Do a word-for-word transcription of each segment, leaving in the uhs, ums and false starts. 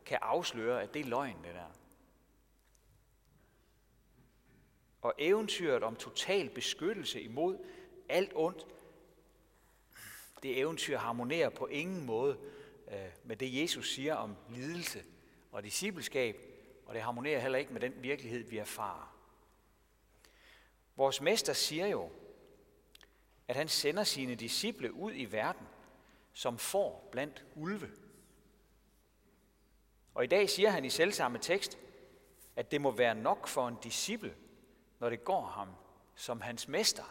kan afsløre, at det er løgn, det der. Og eventyret om total beskyttelse imod alt ondt, det eventyr harmonerer på ingen måde øh, med det, Jesus siger om lidelse og discipleskab, og det harmonerer heller ikke med den virkelighed, vi erfarer. Vores mester siger jo, at han sender sine disciple ud i verden, som får blandt ulve. Og i dag siger han i selvsamme tekst, at det må være nok for en disciple, når det går ham som hans mester.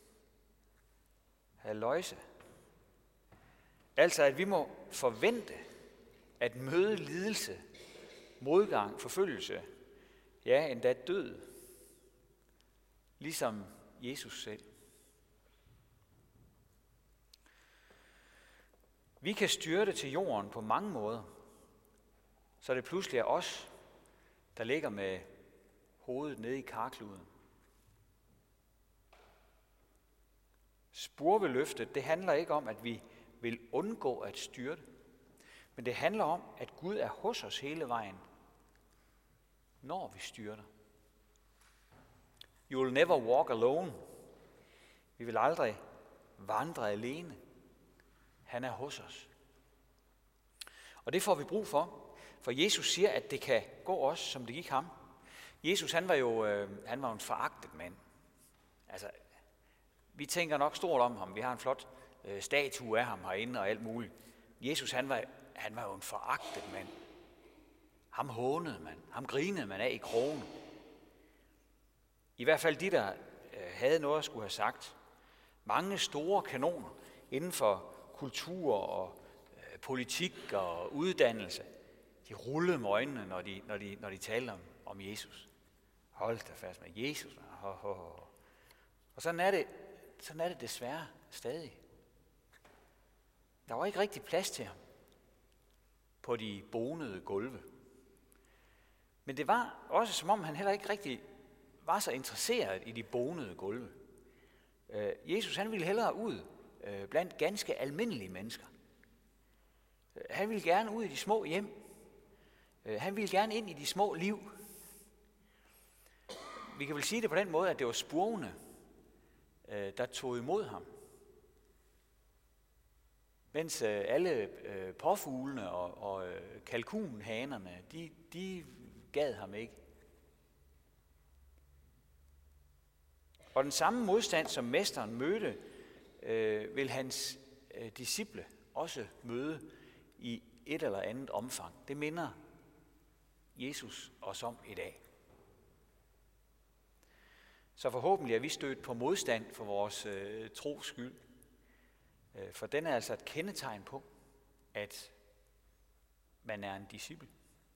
Halløjse. Altså, at vi må forvente at møde lidelse, modgang, forfølgelse, ja, endda død, ligesom Jesus selv. Vi kan styrte til jorden på mange måder, så det pludselig er os, der ligger med hovedet nede i karkluden. Spurveløftet, det handler ikke om, at vi vil undgå at styrte, men det handler om, at Gud er hos os hele vejen, når vi styrter. You will never walk alone. Vi vil aldrig vandre alene. Han er hos os. Og det får vi brug for, for Jesus siger, at det kan gå os, som det gik ham. Jesus, han var jo øh, han var en foragtet mand. Altså, vi tænker nok stort om ham. Vi har en flot øh, statue af ham herinde og alt muligt. Jesus, han var, han var jo en foragtet mand. Ham hånede man. Ham grinede man af i krogen. I hvert fald de, der øh, havde noget at skulle have sagt. Mange store kanoner inden for kultur og øh, politik og uddannelse, de rullede med øjnene, når de, når de, når de talte om, om Jesus. Hold da fast med Jesus. Ho, ho, ho. Og sådan er, det, sådan er det desværre stadig. Der var ikke rigtig plads til ham på de bonede gulve. Men det var også som om, han heller ikke rigtig var så interesseret i de bonede gulve. Øh, Jesus, han ville hellere ud øh, blandt ganske almindelige mennesker. Øh, han ville gerne ud i de små hjem. Øh, han ville gerne ind i de små liv. Vi kan vel sige det på den måde, at det var spurvene, øh, der tog imod ham. Mens øh, alle øh, påfuglene og, og øh, kalkunhanerne, de, de gad ham ikke. Og den samme modstand, som mesteren mødte, øh, vil hans øh, disciple også møde i et eller andet omfang. Det minder Jesus os om i dag. Så forhåbentlig er vi stødt på modstand for vores øh, tros skyld. Øh, for den er altså et kendetegn på, at man er en disciple.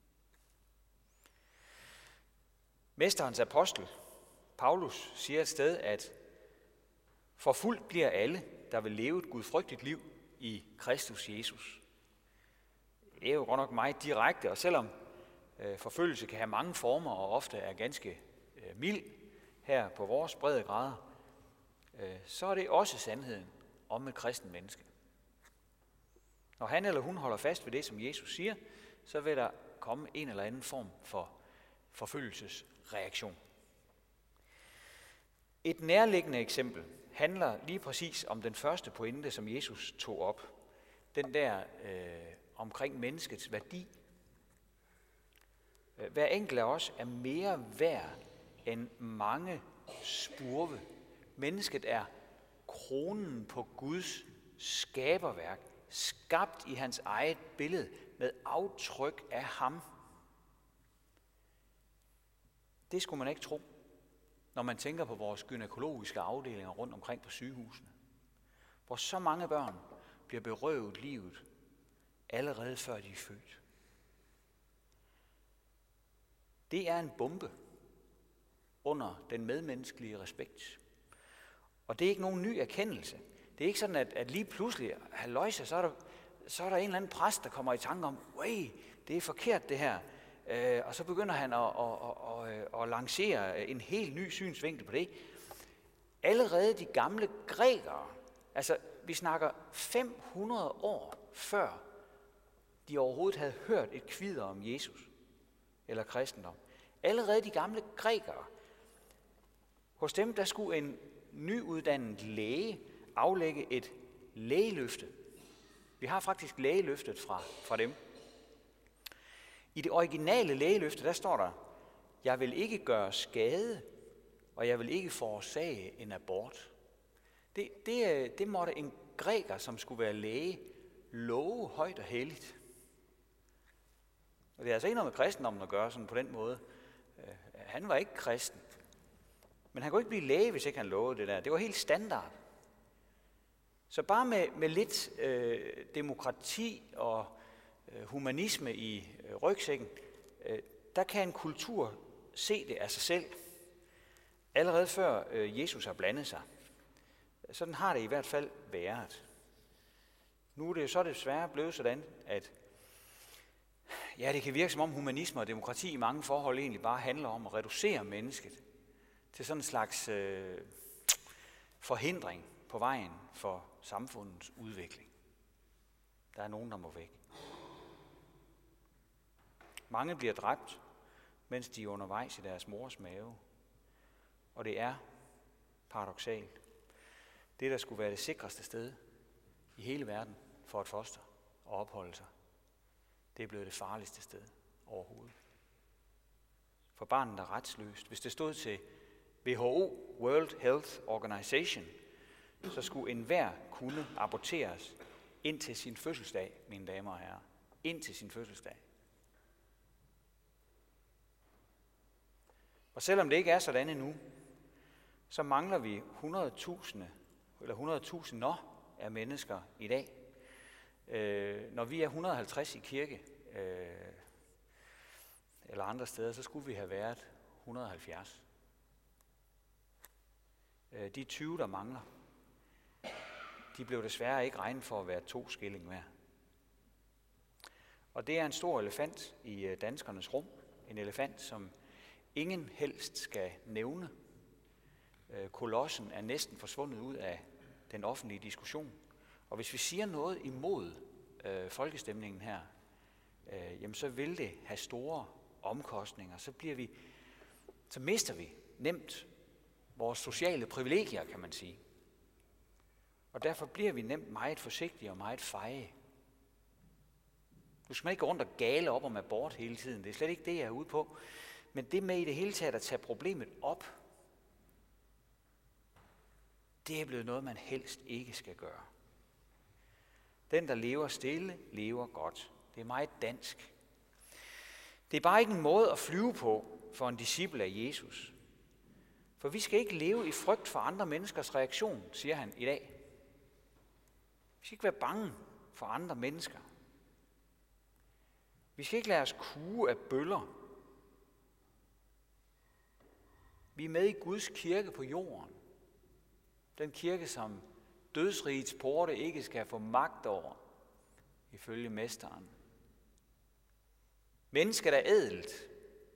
Mesterens apostel, Paulus, siger et sted, at forfulgt bliver alle, der vil leve et gudfrygtigt liv i Kristus Jesus. Det er jo godt nok meget direkte, og selvom øh, forfølgelse kan have mange former og ofte er ganske øh, mild her på vores brede grader, øh, så er det også sandheden om et kristen menneske. Når han eller hun holder fast ved det, som Jesus siger, så vil der komme en eller anden form for forfølgelsesreaktion. Et nærliggende eksempel handler lige præcis om den første pointe, som Jesus tog op. Den der øh, omkring menneskets værdi. Hver enkelt af os er mere værd end mange spurve. Mennesket er kronen på Guds skaberværk, skabt i hans eget billede med aftryk af ham. Det skulle man ikke tro, når man tænker på vores gynækologiske afdelinger rundt omkring på sygehusene, hvor så mange børn bliver berøvet livet allerede før de er født. Det er en bombe under den medmenneskelige respekt. Og det er ikke nogen ny erkendelse. Det er ikke sådan, at, at lige pludselig, halløjse, så er der, så er der en eller anden præst, der kommer i tanke om, wey, det er forkert det her. Øh, og så begynder han at, at, at, at, at lancere en helt ny synsvinkel på det. Allerede de gamle grækere, altså vi snakker fem hundrede år før de overhovedet havde hørt et kvidder om Jesus eller kristendom. Allerede de gamle grækere, hos dem der skulle en nyuddannet læge aflægge et lægeløfte. Vi har faktisk lægeløftet fra, fra dem. I det originale lægeløfte, der står der, jeg vil ikke gøre skade, og jeg vil ikke forårsage en abort. Det, det, det måtte en græker, som skulle være læge, love højt og helligt. Og det er altså ikke noget med kristendommen at gøre sådan på den måde. Han var ikke kristen. Men han kunne ikke blive læge, hvis ikke han lovede det der. Det var helt standard. Så bare med, med lidt øh, demokrati og øh, humanisme i øh, rygsækken, øh, der kan en kultur se det af sig selv. Allerede før øh, Jesus har blandet sig. Sådan har det i hvert fald været. Nu er det jo så desværre blevet sådan, at ja, det kan virke som om humanisme og demokrati i mange forhold egentlig bare handler om at reducere mennesket til sådan en slags øh, forhindring på vejen for samfundets udvikling. Der er nogen, der må væk. Mange bliver dræbt, mens de er undervejs i deres mors mave. Og det er paradoksalt. Det, der skulle være det sikreste sted i hele verden for et foster at opholde sig, det er blevet det farligste sted overhovedet. For barnet er retsløst. Hvis det stod til W H O, World Health Organization, så skulle enhver kunne aborteres indtil sin fødselsdag, mine damer og herrer. Indtil sin fødselsdag. Og selvom det ikke er sådan endnu, så mangler vi hundredtusinde eller hundredtusinder af mennesker i dag. Øh, når vi er et hundrede og halvtreds i kirke, øh, eller andre steder, så skulle vi have været et hundrede og halvfjerds. Øh, de tyve, der mangler, de blev desværre ikke regnet for at være to skilling hver. Og det er en stor elefant i danskernes rum. En elefant, som ingen helst skal nævne. Øh, kolossen er næsten forsvundet ud af den offentlige diskussion. Og hvis vi siger noget imod øh, folkestemningen her, øh, jamen så vil det have store omkostninger. Så bliver vi, så mister vi nemt vores sociale privilegier, kan man sige. Og derfor bliver vi nemt meget forsigtige og meget feje. Nu skal man ikke gå rundt og gale op om abort hele tiden. Det er slet ikke det, jeg er ude på. Men det med i det hele taget at tage problemet op, det er blevet noget, man helst ikke skal gøre. Den, der lever stille, lever godt. Det er meget dansk. Det er bare ikke en måde at flyve på for en disciple af Jesus. For vi skal ikke leve i frygt for andre menneskers reaktion, siger han i dag. Vi skal ikke være bange for andre mennesker. Vi skal ikke lade os kue af bøller. Vi er med i Guds kirke på jorden. Den kirke, som dødsrigets porte ikke skal få magt over, ifølge mesteren. Mennesket er ædelt.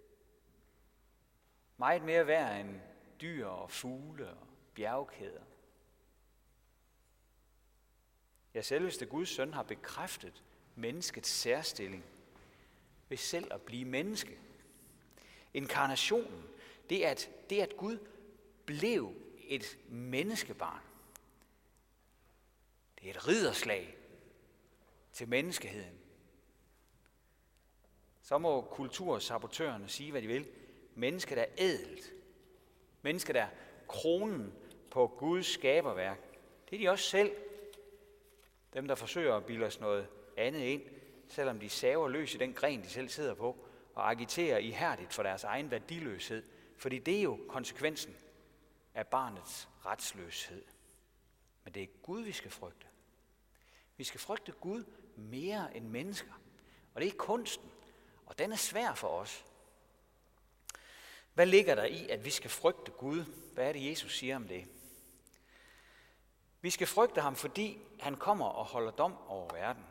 Meget mere værd end dyr og fugle og bjergkæder. Ja, selveste Guds søn har bekræftet menneskets særstilling ved selv at blive menneske. Inkarnationen, det er, at, det er, at Gud blev et menneskebarn. Det er et ridderslag til menneskeheden. Så må kultursabotørerne sige, hvad de vil. Mennesket er ædelt. Mennesket er kronen på Guds skaberværk. Det er de også selv. Dem, der forsøger at bilde os noget andet ind, selvom de saver løs i den gren, de selv sidder på, og agiterer ihærdigt for deres egen værdiløshed. Fordi det er jo konsekvensen af barnets retsløshed. Men det er Gud, vi skal frygte. Vi skal frygte Gud mere end mennesker. Og det er kunsten, og den er svær for os. Hvad ligger der i, at vi skal frygte Gud? Hvad er det, Jesus siger om det? Vi skal frygte ham, fordi han kommer og holder dom over verden.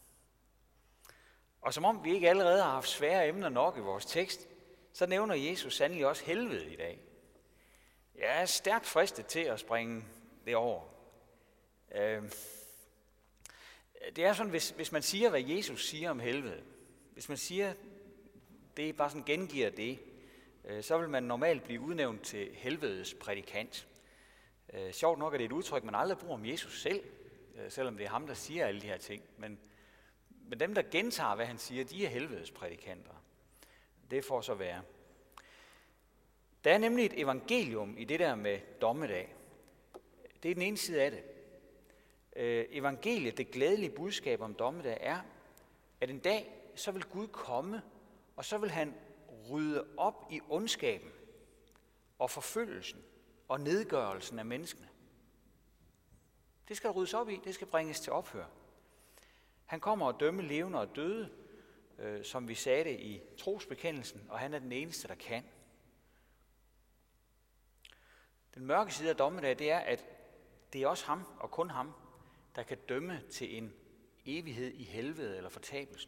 Og som om vi ikke allerede har haft svære emner nok i vores tekst, så nævner Jesus sandelig også helvede i dag. Jeg er stærkt fristet til at springe det over. Det er sådan, hvis, hvis man siger, hvad Jesus siger om helvede, hvis man siger, det bare sådan gengiver det, så vil man normalt blive udnævnt til helvedes prædikant. Sjovt nok er det et udtryk, man aldrig bruger om Jesus selv, selvom det er ham, der siger alle de her ting. Men, men dem, der gentager, hvad han siger, de er helvedes prædikanter. Det får så være. Der er nemlig et evangelium i det der med dommedag. Det er den ene side af det. Evangeliet, det glædelige budskab om dommedag, er, at en dag, så vil Gud komme, og så vil han rydde op i ondskaben og forfølgelsen og nedgørelsen af menneskene. Det skal ryddes op i, det skal bringes til ophør. Han kommer og dømme levende og døde, øh, som vi sagde det i trosbekendelsen, og han er den eneste, der kan. Den mørke side af dommedag, det er, at det er også ham, og kun ham, der kan dømme til en evighed i helvede eller fortabelsen.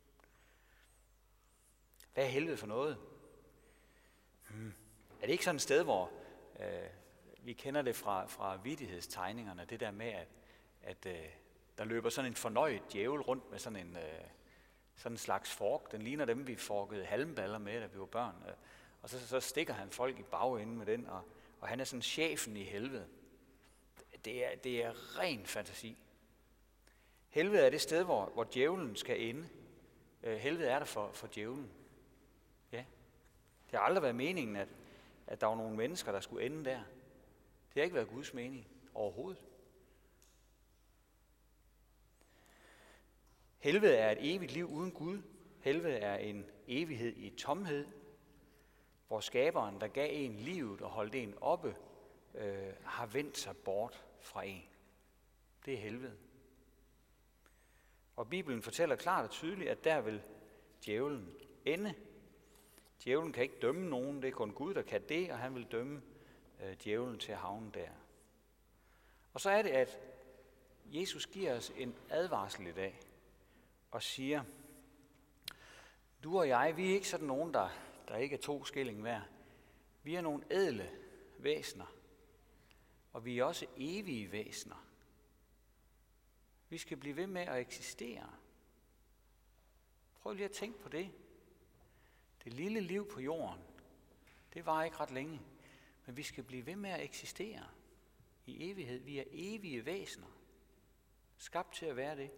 Hvad er helvede for noget? Hmm. Er det ikke sådan et sted, hvor øh, vi kender det fra, fra vittighedstegningerne, det der med, at, at øh, der løber sådan en fornøjet djævel rundt med sådan en, øh, sådan en slags fork. Den ligner dem, vi forkede halmballer med, da vi var børn. Øh, og så, så stikker han folk i bagenden med den, og, og han er sådan chefen i helvede. Det er, det er ren fantasi. Helvede er det sted, hvor, hvor djævlen skal ende. Øh, helvede er der for, for djævlen. Ja. Det har aldrig været meningen, at, at der var nogle mennesker, der skulle ende der. Det har ikke været Guds mening overhovedet. Helvede er et evigt liv uden Gud. Helvede er en evighed i tomhed, hvor skaberen, der gav en livet og holdt en oppe, øh, har vendt sig bort fra en. Det er helvede. Og Bibelen fortæller klart og tydeligt, at der vil djævlen ende. Djævlen kan ikke dømme nogen, det er kun Gud, der kan det, og han vil dømme øh, djævlen til at havne der. Og så er det, at Jesus giver os en advarsel i dag og siger, du og jeg, vi er ikke sådan nogen, der, der ikke er to skilling hver. Vi er nogle ædle væsener, og vi er også evige væsener. Vi skal blive ved med at eksistere. Prøv lige at tænke på det. Det lille liv på jorden, det var ikke ret længe, men vi skal blive ved med at eksistere i evighed. Vi er evige væsener, skabt til at være det.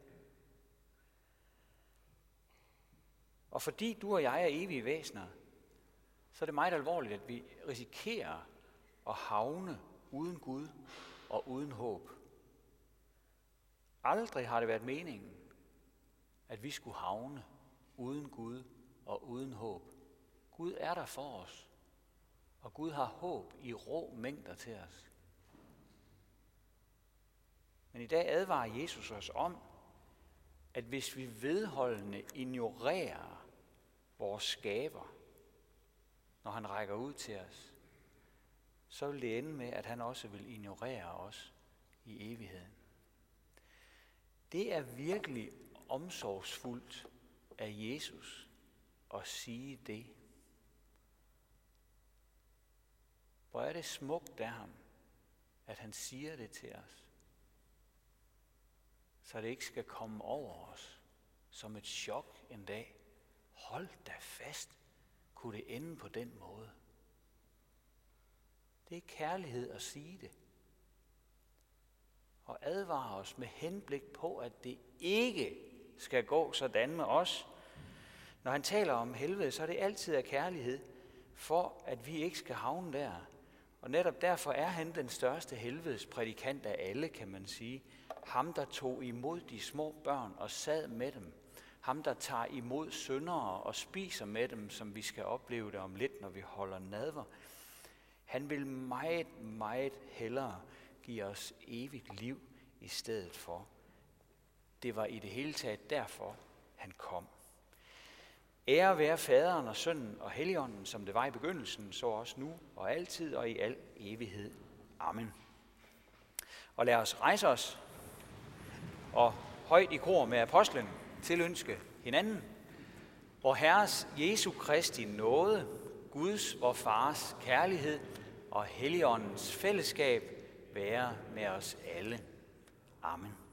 Og fordi du og jeg er evige væsener, så er det meget alvorligt, at vi risikerer at havne uden Gud og uden håb. Aldrig har det været meningen, at vi skulle havne uden Gud og uden håb. Gud er der for os, og Gud har håb i rå mængder til os. Men i dag advarer Jesus os om, at hvis vi vedholdende ignorerer vores skaber, når han rækker ud til os, så vil det ende med, at han også vil ignorere os i evigheden. Det er virkelig omsorgsfuldt af Jesus at sige det. Hvor er det smukt af ham, at han siger det til os, så det ikke skal komme over os som et chok en dag. Hold da fast, kunne det ende på den måde. Det er kærlighed at sige det. Og advare os med henblik på, at det ikke skal gå sådan med os. Når han taler om helvede, så er det altid af kærlighed, for at vi ikke skal havne der. Og netop derfor er han den største helvedes prædikant af alle, kan man sige. Ham, der tog imod de små børn og sad med dem. Ham, der tager imod syndere og spiser med dem, som vi skal opleve det om lidt, når vi holder nadver. Han vil meget, meget hellere give os evigt liv i stedet for. Det var i det hele taget derfor, han kom. Ære være faderen og sønnen og helligånden, som det var i begyndelsen, så også nu og altid og i al evighed. Amen. Og lad os rejse os og højt i kor med apostlen tilønske hinanden. Vor Herres Jesu Kristi nåde, Guds vor Fars kærlighed og Helligåndens fællesskab være med os alle. Amen.